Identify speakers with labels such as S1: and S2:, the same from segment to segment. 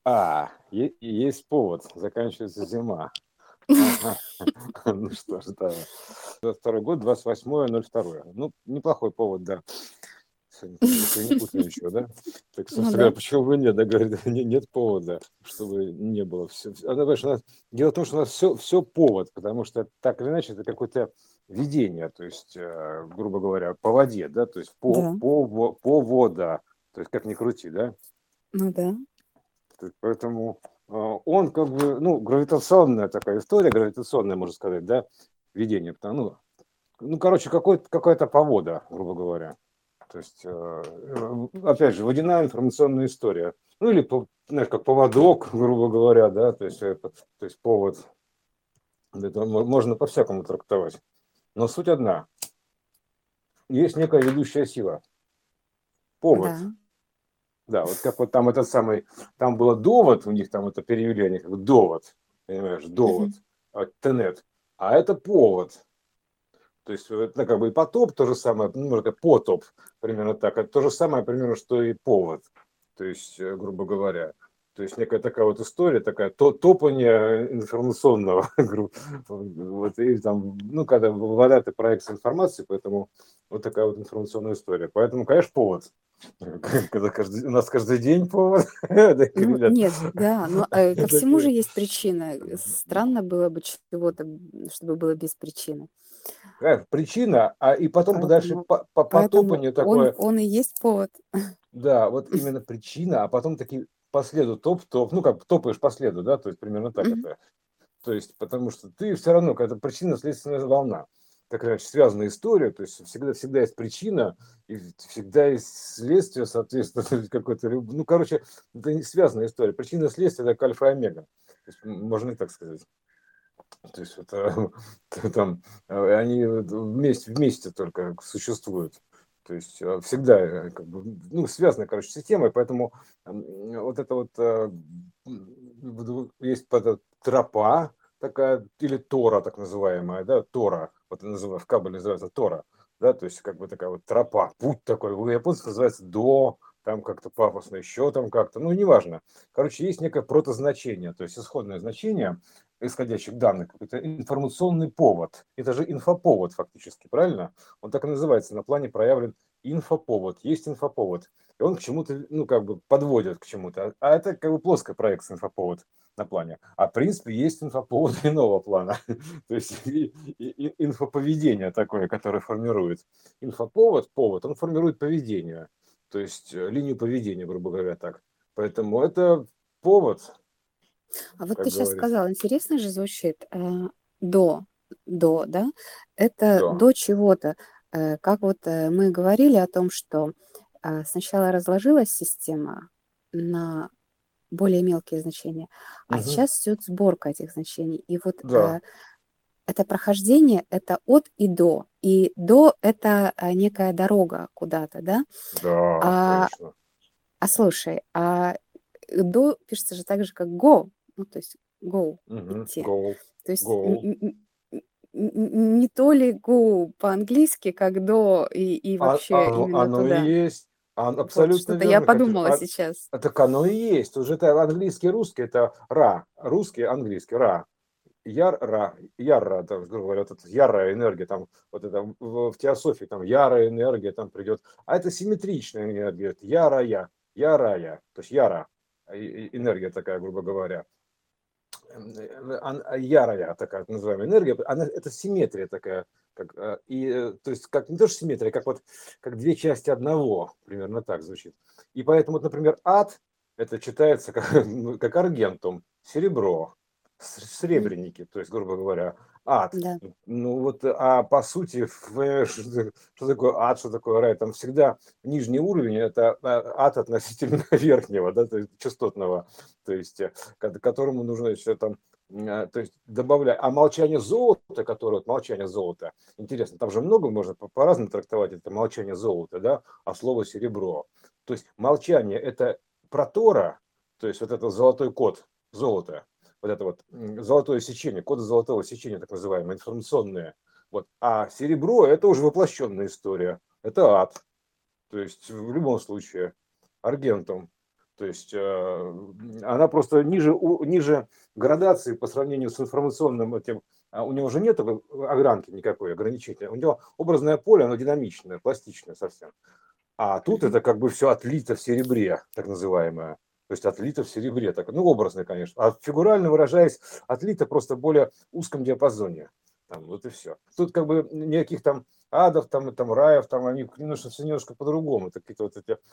S1: Есть повод, заканчивается зима. Ага. Ну что ж, да. 22 год, 28.02. Ну, неплохой повод, да. Если не путаю ничего, да? Так,
S2: Ну
S1: собственно говоря,
S2: да,
S1: почему бы нет, да, говорит, нет повода, чтобы не было. Дело в том, что у нас все повод, потому что так или иначе это какое-то видение, то есть, грубо говоря, по воде, да, то есть
S2: да,
S1: по вода, то есть как ни крути, да.
S2: ну да.
S1: Поэтому он как бы, ну, гравитационная такая история, гравитационная, можно сказать, да, видение. Короче, какая-то повода, грубо говоря. То есть, опять же, водяная информационная история. Ну, или, знаешь, как поводок, грубо говоря, да, то есть повод. Это можно по-всякому трактовать. Но суть одна. Есть некая ведущая сила.
S2: Да.
S1: Повод. Да, вот как вот там этот самый, там было довод, у них там это перевели, они как бы довод, понимаешь, довод,
S2: Мгм.
S1: тенет, а это повод. То есть это как бы и потоп, то же самое, ну, это потоп, примерно так, это то же самое, примерно, что и повод, то есть, грубо говоря. То есть некая такая вот история, такая топание информационного, вот, и там, ну, когда вода это проекция информации, поэтому вот такая вот информационная история. Поэтому, конечно, повод. Когда у нас каждый день повод, да,
S2: Ну,
S1: ребят,
S2: нет, да, но ко всему же
S1: такой.
S2: есть причина. Странно было бы чего-то, чтобы было без причины.
S1: Причина, и потом дальше
S2: Поэтому, поэтому
S1: потопание
S2: он,
S1: такое,
S2: он и есть повод.
S1: да, вот именно причина, а потом такие по следу топ, ну как топаешь по следу, да, то есть примерно так
S2: Мгм.
S1: это. То есть, потому что ты все равно, когда причинно-следственная волна, так иначе связанная история, то есть всегда есть причина, и всегда есть следствие, соответственно, то есть какой-то, ну, короче, это не связанная история. Причина-следствие – это как альфа и омега. То есть, можно и так сказать. То есть, это, там, они вот вместе только существуют. То есть, всегда, как бы, ну, связаны, короче, с системой, поэтому вот это вот, есть тропа такая, или Тора, так называемая, да, Тора, вот это в Кабале называется Тора, да, то есть как бы такая вот тропа, путь такой, у японцев называется до, там как-то пафосно, еще там как-то, ну, неважно. Короче, есть некое протозначение, то есть исходное значение исходящих данных, какой-то информационный повод. Это же инфоповод фактически, правильно? Он так и называется, на плане проявлен инфоповод. Есть инфоповод. И он к чему-то, ну, как бы подводит к чему-то. А это как бы плоская проекция инфоповод на плане. А в принципе есть инфоповод иного плана. То есть инфоповедение такое, которое формирует. Повод, он формирует поведение. То есть линию поведения, грубо говоря, так. Поэтому это повод,
S2: А вот
S1: как
S2: ты сейчас
S1: говорится.
S2: сказал, интересно же звучит, до, да, это
S1: Да.
S2: до чего-то. Как вот мы говорили о том, что сначала разложилась система на более мелкие значения, а
S1: Мгм.
S2: сейчас идет сборка этих значений. И вот
S1: Да,
S2: это прохождение, это от и до это некая дорога куда-то, да?
S1: да,
S2: А,
S1: конечно.
S2: слушай, до пишется же так же, как go, ну, то есть go,
S1: Мгм.
S2: идти.
S1: Go,
S2: То есть
S1: go.
S2: не то ли go по-английски, как до и вообще именно
S1: Оно и
S2: туда.
S1: есть.
S2: Вот,
S1: Абсолютно
S2: что-то я
S1: верно, Катюш.
S2: подумала сейчас.
S1: Так оно и есть. Уже это английский, русский, это ра. Русский, английский, ра. Ярра, там, грубо говоря, вот эта ярая энергия, там, вот это в теософии, там, ярая энергия там придет. А это симметричная энергия, это ярая, то есть яра, энергия такая, грубо говоря. Ярая такая называемая энергия, она, это симметрия такая, то есть как не то, что симметрия, как вот как две части одного, примерно так звучит. И поэтому, вот, например, ад, это читается как, ну, как аргентум, серебро,
S2: М,
S1: сребреники, то есть, грубо говоря, ад.
S2: да.
S1: Ну вот, а по сути, что такое ад, что такое рай, там всегда нижний уровень, это ад относительно верхнего, да, то есть частотного, то есть которому нужно еще там, то есть добавлять. А молчание золота, которое, вот молчание золота, интересно, там же много можно по-разному трактовать это молчание золота, да, а слово серебро. То есть молчание это протора, то есть вот это золотой код золота, вот это вот золотое сечение, коды золотого сечения, так называемое, информационное. Вот. А серебро это уже воплощенная история, это ад. То есть в любом случае аргентум. То есть она просто ниже градации по сравнению с информационным этим. У него же нет огранки никакой, ограничения. У него образное поле, оно динамичное, пластичное совсем. А тут
S2: Мгм.
S1: это как бы все отлито в серебре, так называемое. То есть отлито в серебре, так, ну, образно, конечно. А фигурально выражаясь, отлито просто в более узком диапазоне. Там, вот и все. Тут как бы никаких там адов, там раев, там они немножко, все немножко по-другому. Это какие-то вот эти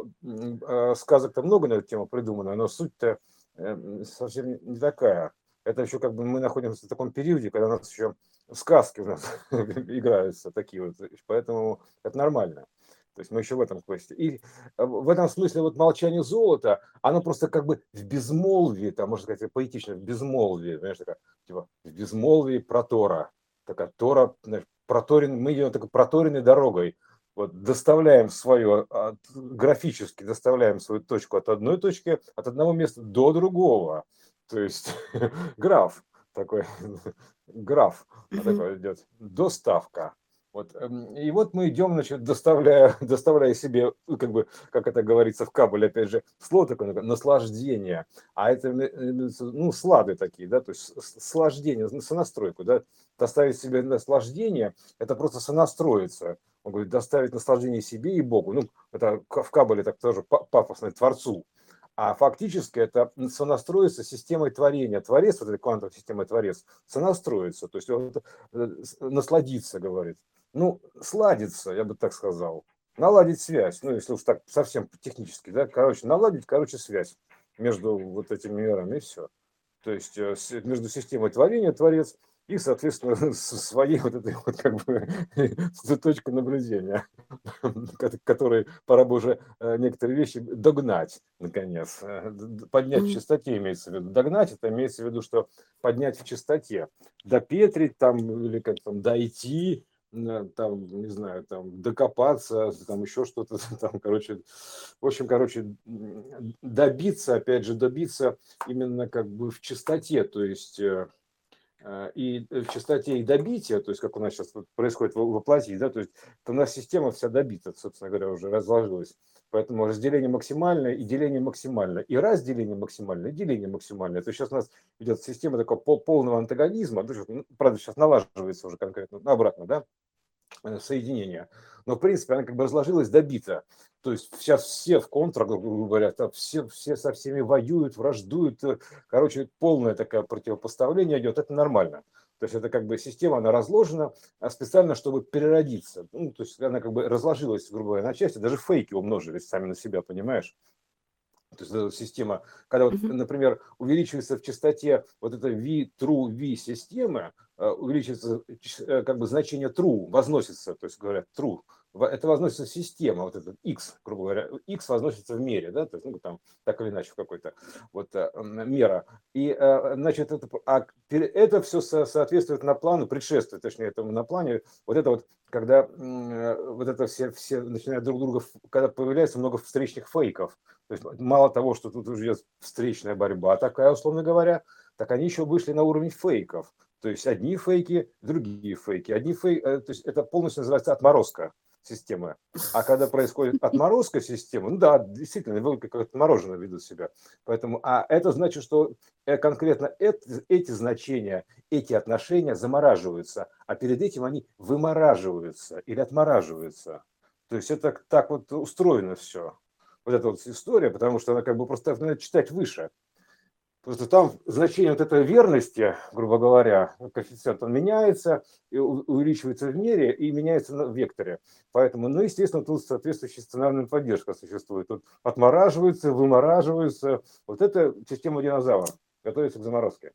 S1: сказок там много на эту тему придумано, но суть-то совсем не такая. Это еще как бы мы находимся в таком периоде, когда у нас еще сказки у нас играются такие вот, поэтому это нормально. То есть мы еще в этом квесте. И в этом смысле вот молчание золота, оно просто как бы в безмолвии, там, можно сказать, поэтично, в безмолвии, знаешь, такая, типа, в безмолвии протора. Такая Тора, знаешь, мы идем такой проторенной дорогой. Вот доставляем свою, графически доставляем свою точку от одной точки, от одного места до другого. То есть граф такой, граф
S2: Мгм.
S1: такой идет, доставка. Вот, и вот мы идем, значит, доставляя себе, ну, как бы, как это говорится в Кабуле, опять же, слово такое, наслаждение. А это, ну, слады такие, да, то есть наслаждение, сонастройку, да, доставить себе наслаждение, это просто сонастроиться. Он говорит, доставить наслаждение себе и Богу. Ну, это в Кабуле так тоже пафосно, Творцу. А фактически это сонастроиться с системой творения. Творец, вот этой квантовой системой Творец, сонастроиться, то есть вот, насладиться, говорит. Ну, сладиться, я бы так сказал. Наладить связь, ну, если уж так совсем технически, да, короче, наладить, связь между вот этими мирами и все. То есть между системой творения, Творец, и, соответственно, своей вот этой вот как бы точкой наблюдения, которой пора бы уже некоторые вещи догнать, наконец. Поднять в
S2: Мгм.
S1: чистоте имеется в виду. Догнать, это имеется в виду, что поднять в чистоте. Допетрить там, или как там, дойти, там, не знаю, там, докопаться, там еще что-то, там, короче, в общем, короче, добиться, опять же, добиться именно как бы в чистоте, то есть и в чистоте и добития, то есть как у нас сейчас происходит воплотить, да, то есть у нас система вся добита, собственно говоря, уже разложилась. Поэтому разделение максимальное и деление максимальное. И разделение максимальное, и деление максимальное. То есть сейчас у нас идет система такого полного антагонизма, правда, сейчас налаживается уже конкретно обратно, да, соединения. Но, в принципе, она как бы разложилась, добита. То есть сейчас все в контра, грубо говоря, там все со всеми воюют, враждуют. Короче, полное такое противопоставление идет. Это нормально. То есть это как бы система, она разложена специально, чтобы переродиться. Ну, то есть она как бы разложилась, грубо говоря, на части. Даже фейки умножились сами на себя, понимаешь? То есть эта система, когда, вот,
S2: Мгм.
S1: например, увеличивается в частоте вот эта true V системы, увеличивается как бы значение true, возносится, то есть говорят true, это возносится система, вот этот x, грубо говоря, x возносится в мере, да, то есть, ну, там, так или иначе, в какой-то вот мера. И, значит, это все соответствует на плану, предшествует, точнее, этому на плане, вот это вот, когда вот это все начинают друг друга, когда появляется много встречных фейков, то есть мало того, что тут уже идет встречная борьба такая, условно говоря, так они еще вышли на уровень фейков. То есть одни фейки, другие фейки. То есть это полностью называется отморозка системы. А когда происходит отморозка системы, ну да, действительно, вы как отмороженно ведут себя. Поэтому, а это значит, что конкретно эти значения, эти отношения замораживаются, а перед этим они вымораживаются или отмораживаются. То есть это так вот устроено все, вот эта вот история, потому что она как бы просто надо читать выше. Просто там значение вот этой верности, грубо говоря, коэффициент, он меняется, и увеличивается в мере и меняется в векторе. Поэтому, ну, естественно, тут соответствующая сценарная поддержка существует. Тут отмораживаются, вымораживаются. Вот это система динозавра. Готовится к заморозке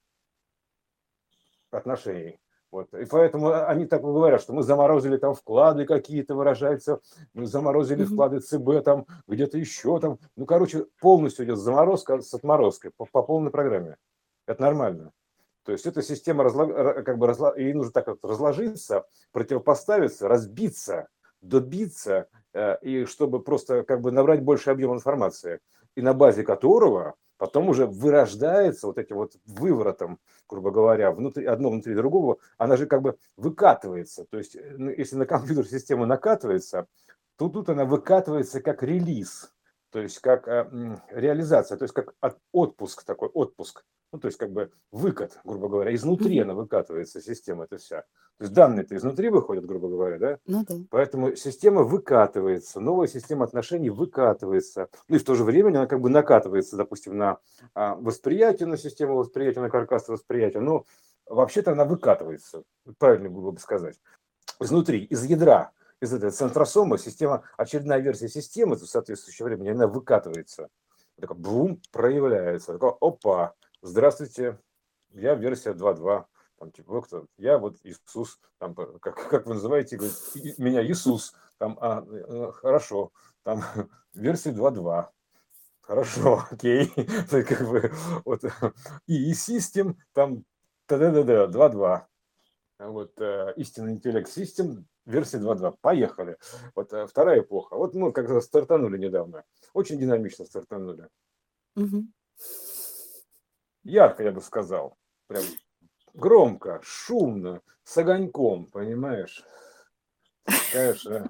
S1: отношений. Вот. И поэтому они так и говорят, что мы заморозили там вклады какие-то, выражаются, мы заморозили
S2: Мгм.
S1: вклады ЦБ там, где-то еще там. Ну, короче, полностью идет заморозка с отморозкой по полной программе. Это нормально. То есть эта система как бы ей нужно так вот разложиться, противопоставиться, разбиться, добиться, и чтобы просто как бы набрать больше объема информации, и на базе которого потом уже вырождается вот этим вот выворотом, грубо говоря, одно внутри другого, она же как бы выкатывается. То есть если на компьютер система накатывается, то тут она выкатывается как релиз. то есть как реализация, то есть как отпуск такой, отпуск. Ну, то есть как бы выкат, грубо говоря, изнутри
S2: Мгм.
S1: она выкатывается, система это вся. То есть данные-то изнутри выходят, грубо говоря, да?
S2: Ну да.
S1: Поэтому система выкатывается, новая система отношений выкатывается. Ну и в то же время она как бы накатывается, допустим, на восприятие, на систему восприятия, на каркас восприятия. Но вообще-то она выкатывается, правильно было бы сказать, изнутри, из ядра, из этой центросомы, система, очередная версия системы в соответствующее время, она выкатывается. Такая бум, проявляется. Такая, опа, здравствуйте, я версия 2.2. Там, типа, вы кто? Я вот Иисус, там, как вы называете, говорит, меня Иисус, там, хорошо, там, версия 2.2. Хорошо, окей. То есть, как бы, вот, и систем, там, да-да-да, 2.2. Вот истинный интеллект систем, версия 2.2. Поехали. Вот вторая эпоха. Вот мы как раз стартанули недавно. Очень динамично стартанули.
S2: Мгм.
S1: Ярко, я бы сказал. Прям громко, шумно, с огоньком, понимаешь? То есть, конечно,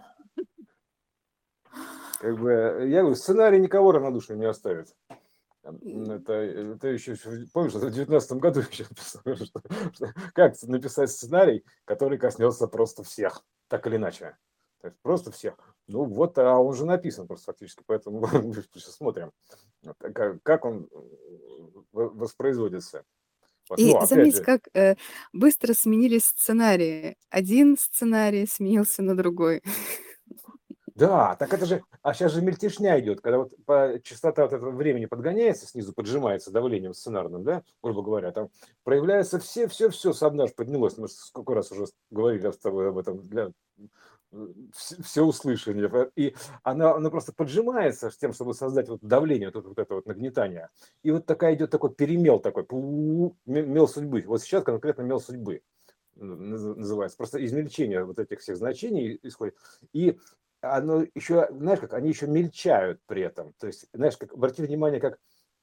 S1: как бы, я говорю, сценарий никого равнодушным не оставит. Это еще, помнишь, в 2019 году еще написал, как написать сценарий, который коснется просто всех, так или иначе. То есть просто всех. Ну вот, а он же написан просто фактически, поэтому сейчас смотрим, как он воспроизводится. Вот.
S2: И
S1: Ну, опять
S2: заметь,
S1: же,
S2: как быстро сменились сценарии. Один сценарий сменился на другой.
S1: да, так это же, а сейчас же мельтешня идет, когда вот частота вот этого времени подгоняется снизу, поджимается давлением сценарным, да, грубо говоря, там проявляется все сабнаж поднялось, мы сколько раз уже говорили с тобой об этом, для все услышания, и она просто поджимается с тем, чтобы создать вот давление, вот это вот нагнетание, и вот такая идет такой перемел такой, мел судьбы, вот сейчас конкретно мел судьбы называется, просто измельчение вот этих всех значений исходит, и оно еще, знаешь, как они еще мельчают при этом. То есть, знаешь, как обрати внимание, как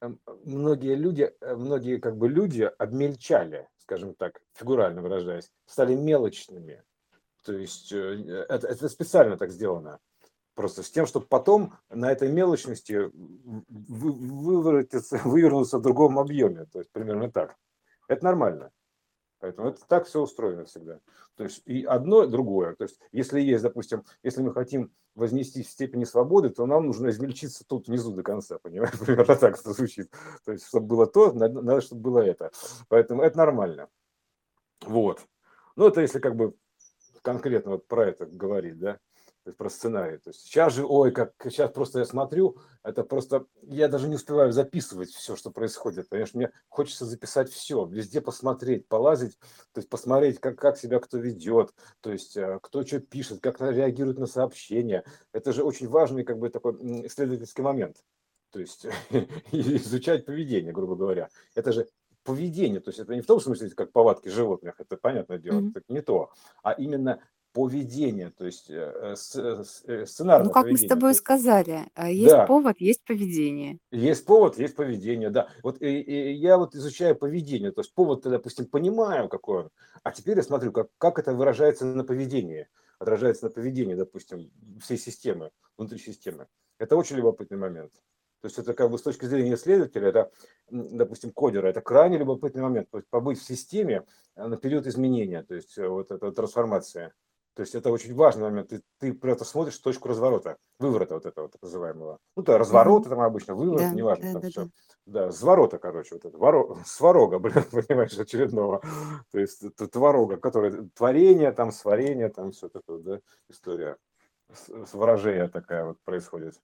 S1: многие как бы люди обмельчали, скажем так, фигурально выражаясь, стали мелочными. То есть это специально так сделано. Просто с тем, чтобы потом на этой мелочности вывернуться в другом объеме. То есть примерно так. Это нормально. Поэтому это так все устроено всегда. То есть и одно, и другое. То есть если есть, допустим, если мы хотим вознестись в степени свободы, то нам нужно измельчиться тут внизу до конца, понимаешь? Примерно так это звучит. То есть чтобы было то, надо, чтобы было это. Поэтому это нормально. Вот. Ну, это если как бы конкретно вот про это говорить, да, то есть про сценарий. То есть сейчас же, ой, как сейчас просто я смотрю, это просто, я даже не успеваю записывать все, что происходит. Понимаешь, мне хочется записать все, везде посмотреть, полазить, то есть посмотреть, как себя кто ведет, то есть кто что пишет, как реагирует на сообщения. Это же очень важный как бы такой исследовательский момент. То есть изучать поведение, грубо говоря. Это же поведение, то есть это не в том смысле, как повадки животных, это понятное дело,
S2: Мгм.
S1: это не то, а именно поведение, то есть
S2: Ну,
S1: сценарное
S2: как мы с
S1: поведение. То
S2: тобой
S1: есть,
S2: сказали, есть
S1: да,
S2: повод, есть поведение.
S1: есть повод, есть поведение, да. Вот и я вот изучаю поведение, то есть повод, допустим, понимаю, какой он, а теперь я смотрю, как это выражается на поведении, отражается на поведении, допустим, всей системы, внутри системы. Это очень любопытный момент. То есть это как бы с точки зрения исследователя, это, допустим, кодера, это крайне любопытный момент, то есть побыть в системе на период изменения, то есть вот эта трансформация. То есть это очень важный момент. Ты при этом смотришь точку разворота, выворота вот этого так называемого. Ну, то
S2: Мгм.
S1: разворота там обычно, выворот,
S2: Да,
S1: неважно, там
S2: да-да-да.
S1: все. Да, с ворота, короче, вот это, сварога, блин, понимаешь, очередного. То есть творога, который творение, там, сварение, там все такое, да, история. Выражение такая вот происходит.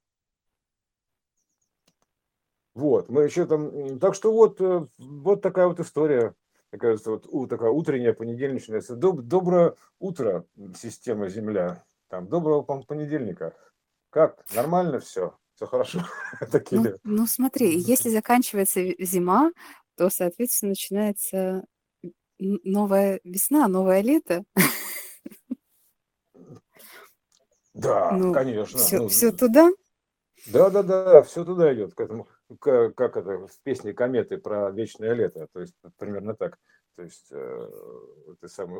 S1: Вот, мы еще там, так что вот, вот такая вот история, мне кажется, вот такая утренняя понедельничная. Доброе утро, система Земля. Там, доброго понедельника. Как? Нормально все? Все хорошо? Такие.
S2: Ну, смотри, если заканчивается зима, то, соответственно, начинается новая весна, новое лето.
S1: Да,
S2: Ну,
S1: конечно.
S2: все,
S1: Ну,
S2: все туда.
S1: да, все туда идет к этому. Как это в песне Кометы про вечное лето. То есть примерно так. То есть ты самый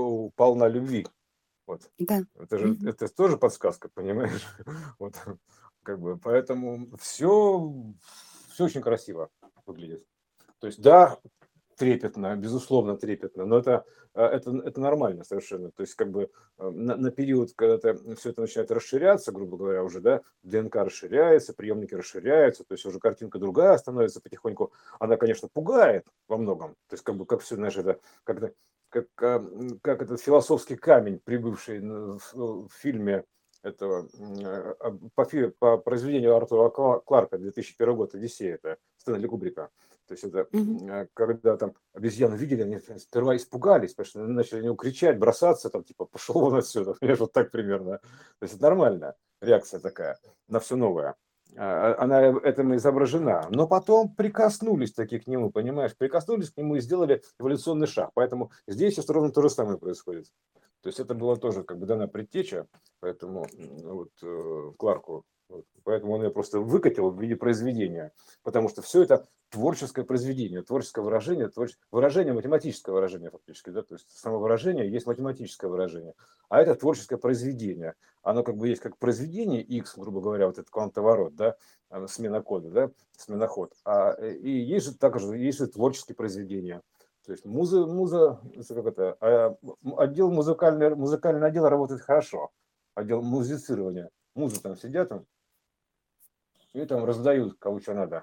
S1: полна любви. Вот.
S2: Да.
S1: Это же
S2: Мгм.
S1: это тоже подсказка, понимаешь? Вот. Как бы, поэтому все очень красиво выглядит. То есть, да, трепетно, безусловно, трепетно, но это нормально совершенно. То есть, как бы на период, когда все это начинает расширяться, грубо говоря, уже, да, ДНК расширяется, приемники расширяются, то есть уже картинка другая становится потихоньку. Она, конечно, пугает во многом. То есть, как бы, как все, знаешь, это как этот философский камень, прибывший в фильме этого по произведению Артура Кларка 2001 год «Одиссея», это Стэнли Кубрика. То есть это
S2: Мгм.
S1: когда там обезьяны видели, они сперва испугались, потому что начали на него кричать, бросаться, там типа пошел вон отсюда, понимаешь, вот так примерно. То есть это нормальная реакция такая на все новое. Она этому изображена. Но потом прикоснулись таки к нему, понимаешь, прикоснулись к нему и сделали эволюционный шаг. Поэтому здесь сейчас ровно то же самое происходит. То есть это была тоже как бы дана предтеча, поэтому вот Кларку, вот, поэтому он ее просто выкатил в виде произведения, потому что все это творческое произведение, творческое выражение, выражение, математическое выражение фактически, да, то есть самовыражение есть математическое выражение, а это творческое произведение. Оно как бы есть как произведение X, грубо говоря, вот этот квантоворот, да, смена кода, да, сменоход, и есть же также есть же творческие произведения. То есть как это, музыкальный отдел работает хорошо, отдел музицирования. Музы там сидят там, и там раздают, кому что надо.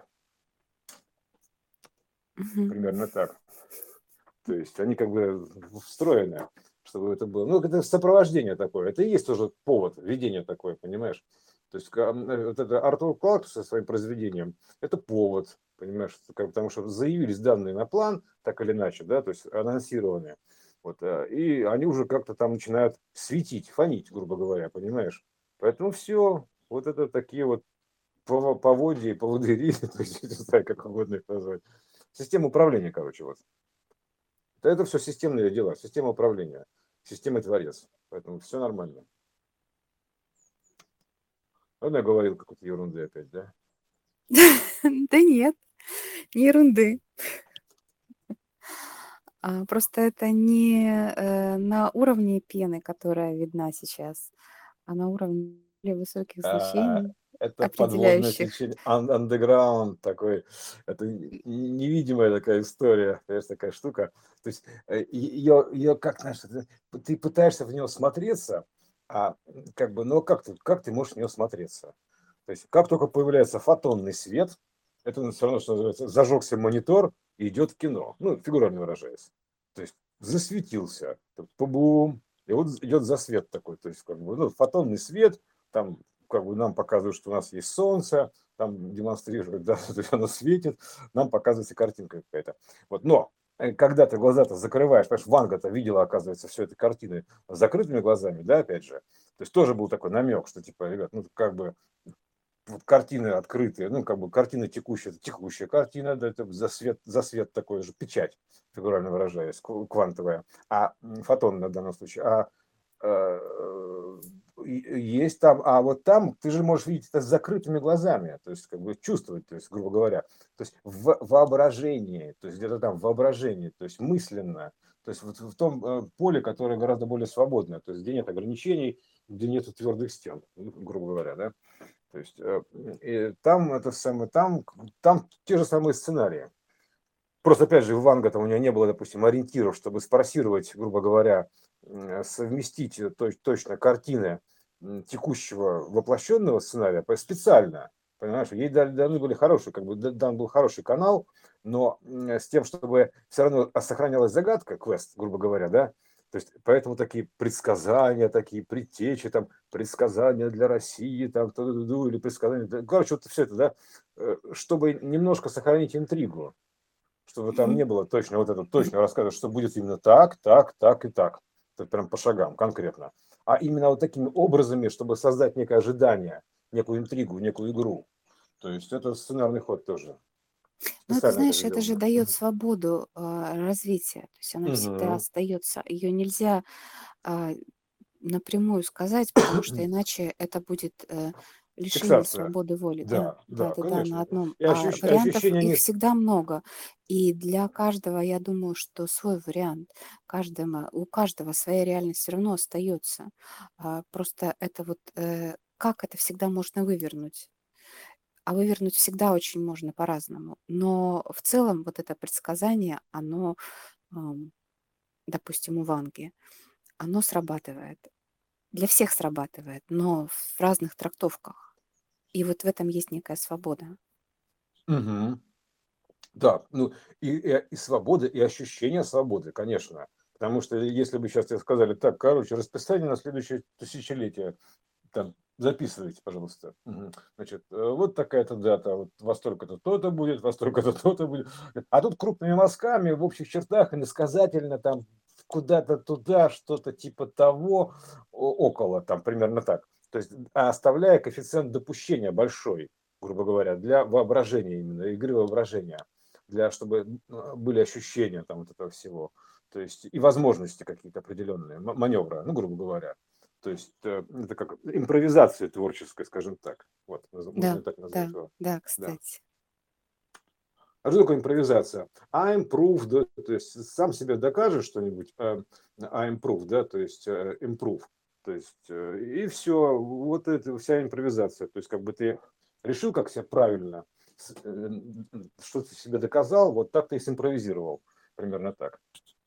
S2: Мгм.
S1: Примерно так. То есть они как бы встроены, чтобы это было. Ну, это сопровождение такое. Это и есть тоже повод, видение такое, понимаешь? То есть вот это Артур Кларк со своим произведением, это повод, понимаешь? Потому что заявились данные на план, так или иначе, да, то есть анонсированные. Вот, и они уже как-то там начинают светить, фонить, грубо говоря, понимаешь? Поэтому все, вот это такие вот поводья и поводыри, то есть, не знаю, как угодно их назвать. Система управления, короче, вот. Да это все системные дела, система управления, система творец. Поэтому все нормально. Он я говорил какой-то ерунды опять, да?
S2: Да нет, не ерунды. Просто это не, на уровне пены, которая видна сейчас, а на уровне более высоких
S1: А,
S2: значений,
S1: это подводное
S2: определяющих.
S1: течение, андеграунд такой, это невидимая такая история, понимаешь, такая штука. То есть ее как, знаешь, ты пытаешься в нее смотреться, как бы, но как ты можешь в нее смотреться? То есть как только появляется фотонный свет, это все равно, что называется, зажегся монитор и идет в кино, ну, фигурально выражаясь. То есть засветился, бум, и вот идет засвет такой, то есть как бы, ну, фотонный свет, там как бы нам показывают, что у нас есть солнце, там демонстрируют, да, что оно светит, нам показывается картинка какая-то. Вот, но когда ты глаза-то закрываешь, понимаешь, Ванга-то видела, оказывается, все это картины с закрытыми глазами, да, опять же. То есть тоже был такой намек, что типа, ребят, ну как бы вот картины открытые, ну как бы картина текущая, это текущая картина, да, это засвет такой же, печать, фигурально выражаясь, квантовая, фотон в данном случае, есть там, а вот там ты же можешь видеть это с закрытыми глазами, то есть как бы чувствовать, то есть, грубо говоря, то есть в воображении, то есть где-то там в воображении, то есть мысленно, то есть вот в том поле, которое гораздо более свободное, то есть где нет ограничений, где нет твердых стен, грубо говоря, да. То есть и там это самое, там те же самые сценарии. Просто, опять же, в Ванга там у него не было, допустим, ориентиров, чтобы спарсировать, грубо говоря, совместить точно картины текущего воплощенного сценария специально. Понимаешь, ей даны были хорошие, как бы дан был хороший канал, но с тем, чтобы все равно сохранялась загадка, квест, грубо говоря, да, то есть поэтому такие предсказания, такие предтечи, там, предсказания для России, там, или предсказания, короче, вот все это, да, чтобы немножко сохранить интригу, чтобы там
S2: Мгм.
S1: не было точно вот это точно рассказа, что будет именно так, так, так и так. Это прям по шагам, конкретно. А именно вот такими образами, чтобы создать некое ожидание, некую интригу, некую игру. То есть это сценарный ход тоже.
S2: Ну, ты
S1: Специально это
S2: знаешь, это же
S1: сделано.
S2: дает свободу, развития. То есть она всегда
S1: Мгм.
S2: остается. Ее нельзя, а, напрямую сказать, потому что иначе это будет, лишение
S1: Фиксация.
S2: свободы воли. Да,
S1: Да, да,
S2: да-да-да, на
S1: конечно.
S2: одном.
S1: И
S2: А вариантов
S1: ощущения
S2: их
S1: нет.
S2: всегда много. И для каждого, я думаю, что свой вариант. У каждого своя реальность все равно остается. Просто это вот, как это всегда можно вывернуть. А вывернуть всегда очень можно по-разному. Но в целом вот это предсказание, оно, ам, допустим, у Ванги, оно срабатывает. Для всех срабатывает, но в разных трактовках. И вот в этом есть некая свобода.
S1: Мгм. Да, ну и свобода, и ощущение свободы, конечно. Потому что если бы сейчас тебе сказали, так, короче, расписание на следующее тысячелетие, там, записывайте, пожалуйста. Мгм. Значит, вот такая-то дата, вот во столько-то то-то будет, во столько-то то-то будет. А тут крупными мазками, в общих чертах, иносказательно, там, куда-то туда, что-то типа того, около, там, примерно так. То есть, оставляя коэффициент допущения большой, грубо говоря, для воображения именно, игры воображения, для, чтобы были ощущения там вот этого всего. То есть, и возможности какие-то определенные, маневра, ну, грубо говоря. То есть это как импровизация творческая, скажем так. Вот, можно
S2: Да,
S1: и так
S2: да,
S1: назвать его.
S2: да,
S1: Да.
S2: кстати.
S1: А что такое импровизация? I'm proof, да, то есть сам себе докажешь что-нибудь, I'm proof, да, то есть improve. То есть и все, вот это вся импровизация. То есть как бы ты решил, как себя правильно, что ты себе доказал, вот так ты и симпровизировал. Примерно так.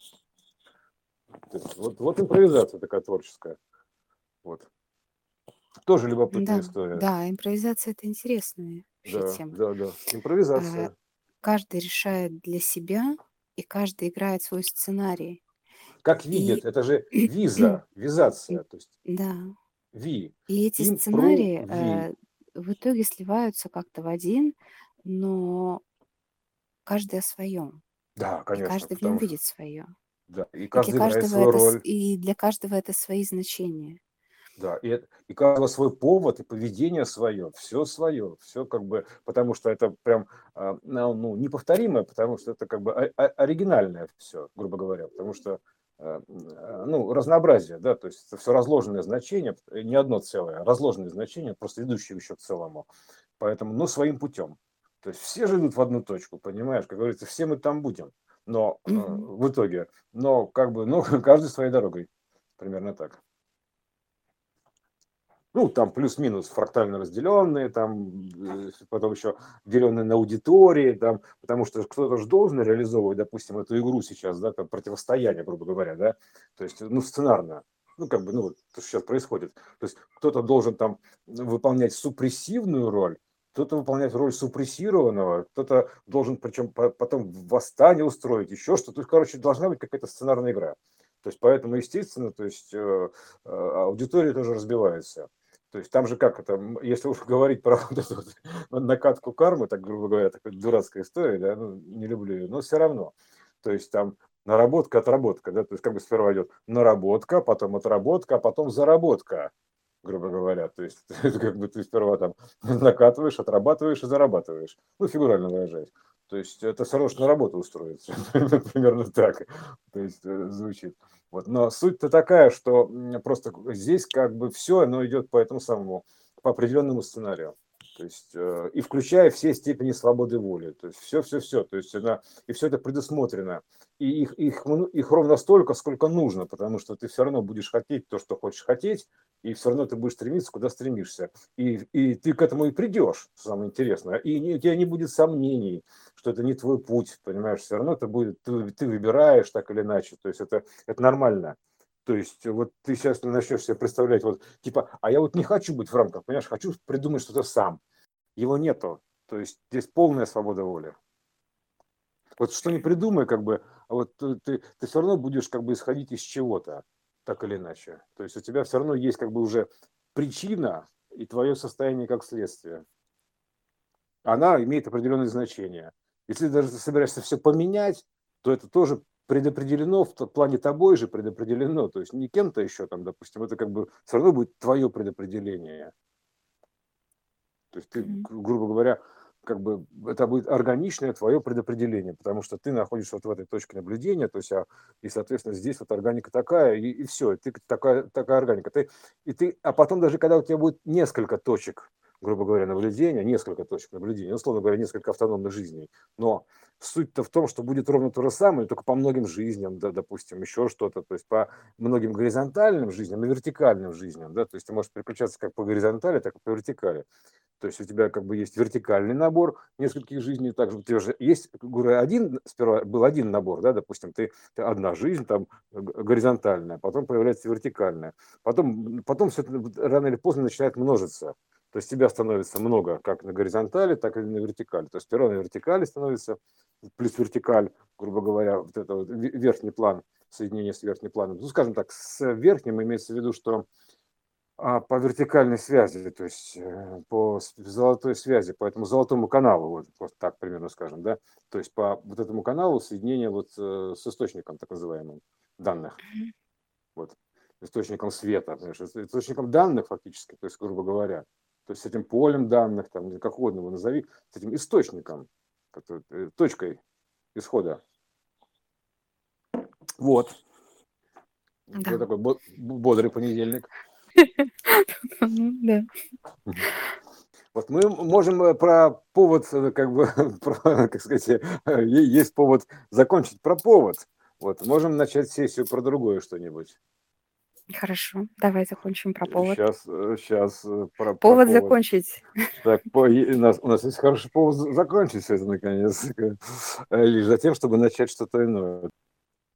S1: То есть вот импровизация такая творческая. Вот. Тоже любопытная
S2: Да,
S1: история.
S2: да, импровизация — это интересная вообще
S1: Да,
S2: тема.
S1: да, да.
S2: А,
S1: Импровизация.
S2: Каждый решает для себя, и каждый играет свой сценарий.
S1: Как видит,
S2: И
S1: это же виза, визация, то есть
S2: да,
S1: ви,
S2: и эти сценарии,
S1: импрови.
S2: в итоге сливаются как-то в один, но каждый о своем,
S1: Да,
S2: и
S1: конечно,
S2: каждый в нем
S1: потому что,
S2: видит свое.
S1: да, и
S2: И для
S1: каждый играет
S2: каждого
S1: свою
S2: это
S1: роль,
S2: и для каждого это свои значения.
S1: да, и каждого свой повод, и поведение свое, все как бы, потому что это прям, ну, неповторимое, потому что это как бы оригинальное все, грубо говоря, потому что, ну, разнообразие, да, то есть это все разложенные значения, не одно целое, а разложенные значения, просто идущие еще к целому. Поэтому, ну, своим путем. То есть все же идут в одну точку, понимаешь? Как говорится, все мы там будем. Но
S2: Мгм.
S1: в итоге, но как бы, ну, каждый своей дорогой. Примерно так. Ну, там плюс-минус фрактально разделенные, там потом еще деленные на аудитории, там, потому что кто-то же должен реализовывать, допустим, эту игру сейчас, да, там, противостояние, грубо говоря, да, то есть, ну, сценарно, ну, как бы, ну, вот то, что сейчас происходит. То есть кто-то должен там выполнять супрессивную роль, кто-то выполнять роль супрессированного, кто-то должен, причем потом восстание устроить, еще что-то. То есть, короче, должна быть какая-то сценарная игра. То есть, поэтому, естественно, то есть аудитория тоже разбивается. То есть там же как это, если уж говорить про вот эту вот накатку кармы, так грубо говоря, такая дурацкая история, да, ну, не люблю ее, но все равно. То есть там наработка, отработка, да, то есть как бы сперва идет наработка, потом отработка, а потом заработка, грубо говоря. То есть это как бы ты сперва там накатываешь, отрабатываешь и зарабатываешь. Ну, фигурально выражаясь. То есть это все равно, что на работу устроиться. Примерно так. То есть звучит. Вот. Но суть-то такая, что просто здесь как бы все, оно идет по этому самому, по определенному сценарию. То есть, и включая все степени свободы воли. То есть все. То есть она, и все это предусмотрено. И их ровно столько, сколько нужно, потому что ты все равно будешь хотеть то, что хочешь хотеть, и все равно ты будешь стремиться, куда стремишься. И ты к этому и придешь, самое интересное. И у тебя не будет сомнений, что это не твой путь, понимаешь, все равно это будет, ты выбираешь так или иначе, то есть это нормально. То есть вот ты сейчас начнешь себе представлять, вот типа, а я вот не хочу быть в рамках, понимаешь, хочу придумать что-то сам. Его нету. То есть здесь полная свобода воли. Вот что не придумай, как бы, а вот ты все равно будешь как бы исходить из чего-то, так или иначе. То есть у тебя все равно есть как бы уже причина и твое состояние как следствие. Она имеет определенное значение. Если даже ты собираешься все поменять, то это тоже предопределено в плане тобой же предопределено, то есть не кем-то еще там, допустим, это как бы все равно будет твое предопределение. То есть ты,
S2: Мгм.
S1: грубо говоря, как бы это будет органичное твое предопределение, потому что ты находишься вот в этой точке наблюдения, то есть, и, соответственно, здесь вот органика такая, и все, ты такая органика. А потом даже, когда у тебя будет несколько точек, грубо говоря, наблюдения, несколько точек наблюдения, условно говоря, несколько автономных жизней. Но суть-то в том, что будет ровно то же самое, только по многим жизням, да, допустим, еще что-то, то есть по многим горизонтальным жизням и вертикальным жизням, да, то есть ты можешь переключаться как по горизонтали, так и по вертикали. То есть у тебя как бы есть вертикальный набор нескольких жизней, также у тебя же есть, говорю, сперва был один набор, да, допустим, ты одна жизнь там горизонтальная, потом появляется вертикальная, потом все это рано или поздно начинает множиться. То есть тебя становится много как на горизонтали, так и на вертикали. То есть сперва на вертикали становится, плюс вертикаль, грубо говоря, вот это вот верхний план, соединение с верхним планом. Ну, скажем так, с верхним имеется в виду, что по вертикальной связи, то есть по золотой связи, по этому золотому каналу, вот так примерно скажем, да, то есть по вот этому каналу соединения вот с источником так называемым данных, вот, источником света, понимаешь, источником данных фактически, то есть, грубо говоря, то есть с этим полем данных, там, как угодно его назови, с этим источником, точкой исхода. Вот.
S2: Да.
S1: Вот такой бодрый понедельник.
S2: Да.
S1: Вот мы можем про повод, как бы, как сказать, есть повод закончить про повод. Вот, можем начать сессию про другое что-нибудь.
S2: Хорошо, давай закончим про повод.
S1: Сейчас про
S2: Повод
S1: повод.
S2: закончить.
S1: Так, у нас есть хороший повод закончить это наконец, лишь за тем, чтобы начать что-то иное.